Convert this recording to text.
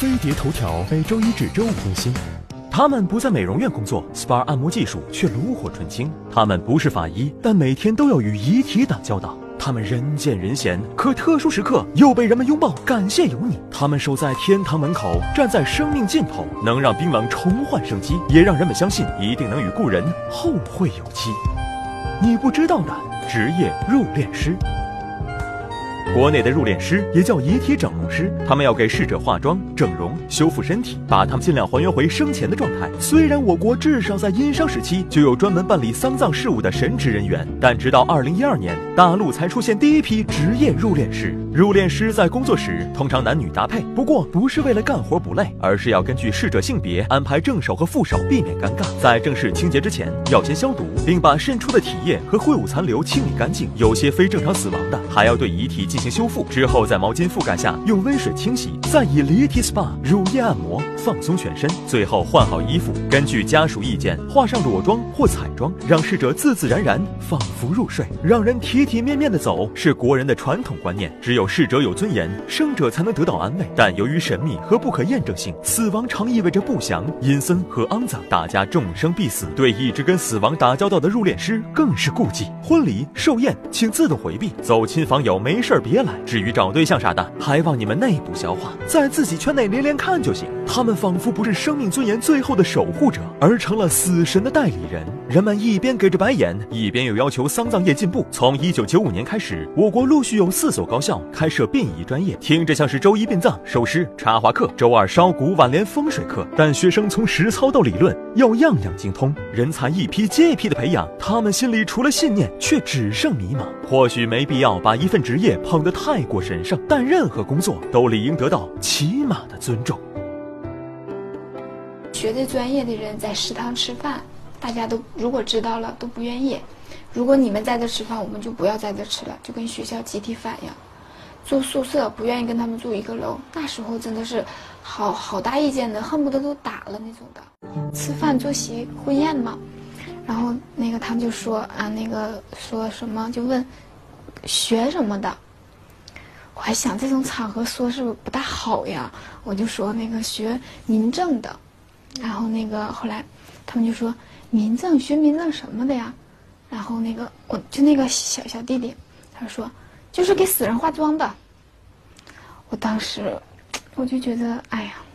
飞碟头条每周一至周五更新。他们不在美容院工作 ，SPA 按摩技术却炉火纯青。他们不是法医，但每天都要与遗体打交道。他们人见人嫌，可特殊时刻又被人们拥抱，感谢有你。他们守在天堂门口，站在生命尽头，能让冰冷重焕生机，也让人们相信一定能与故人后会有期。你不知道的职业入殓师。国内的入殓师也叫遗体整容师，他们要给逝者化妆、整容、修复身体，把他们尽量还原回生前的状态。虽然我国至少在殷商时期就有专门办理丧葬事务的神职人员，但直到2012年，大陆才出现第一批职业入殓师。入殓师在工作时通常男女搭配，不过不是为了干活不累，而是要根据逝者性别安排正手和副手，避免尴尬。在正式清洁之前，要先消毒，并把渗出的体液和秽物残留清理干净。有些非正常死亡的，还要对遗体进行修复，之后在毛巾覆盖下用温水清洗，再以离体 SPA 乳液按摩放松全身，最后换好衣服，根据家属意见化上裸妆或彩妆，让逝者自自然然仿佛入睡，让人体体面面的走，是国人的传统观念。只有逝者有尊严，生者才能得到安慰。但由于神秘和不可验证性，死亡常意味着不祥、阴森和肮脏，大家众生必死，对一直跟死亡打交道的入殓师更是顾忌。婚礼、寿宴请自动回避，走亲访友没事别来。至于找对象啥的，还望你们内部消化，在自己圈内连连看就行。他们仿佛不是生命尊严最后的守护者，而成了死神的代理人。人们一边给着白眼，一边又要求丧葬业进步。从1995年开始，我国陆续有4所高校开设殡仪专业，听着像是周一殡葬、寿尸、插花课，周二烧骨、挽联、风水课，但学生从实操到理论要样样精通，人才一批接一批的培养，他们心里除了信念，却只剩迷茫。或许没必要把一份职业捧得太过神圣，但任何工作都理应得到起码的尊重。 学这专业的人在食堂吃饭，大家都如果知道了都不愿意。如果你们在这吃饭，我们就不要在这吃了，就跟学校集体反映。住宿舍不愿意跟他们住一个楼，那时候真的是好大意见的，恨不得都打了那种的。吃饭坐席婚宴嘛，然后他们就说啊，说什么就问学什么的。我还想这种场合说是不是不大好呀，我就说学民政的。然后后来他们就说民政学民政什么的呀，然后我就小弟弟他说就是给死人化妆的。我当时我就觉得哎呀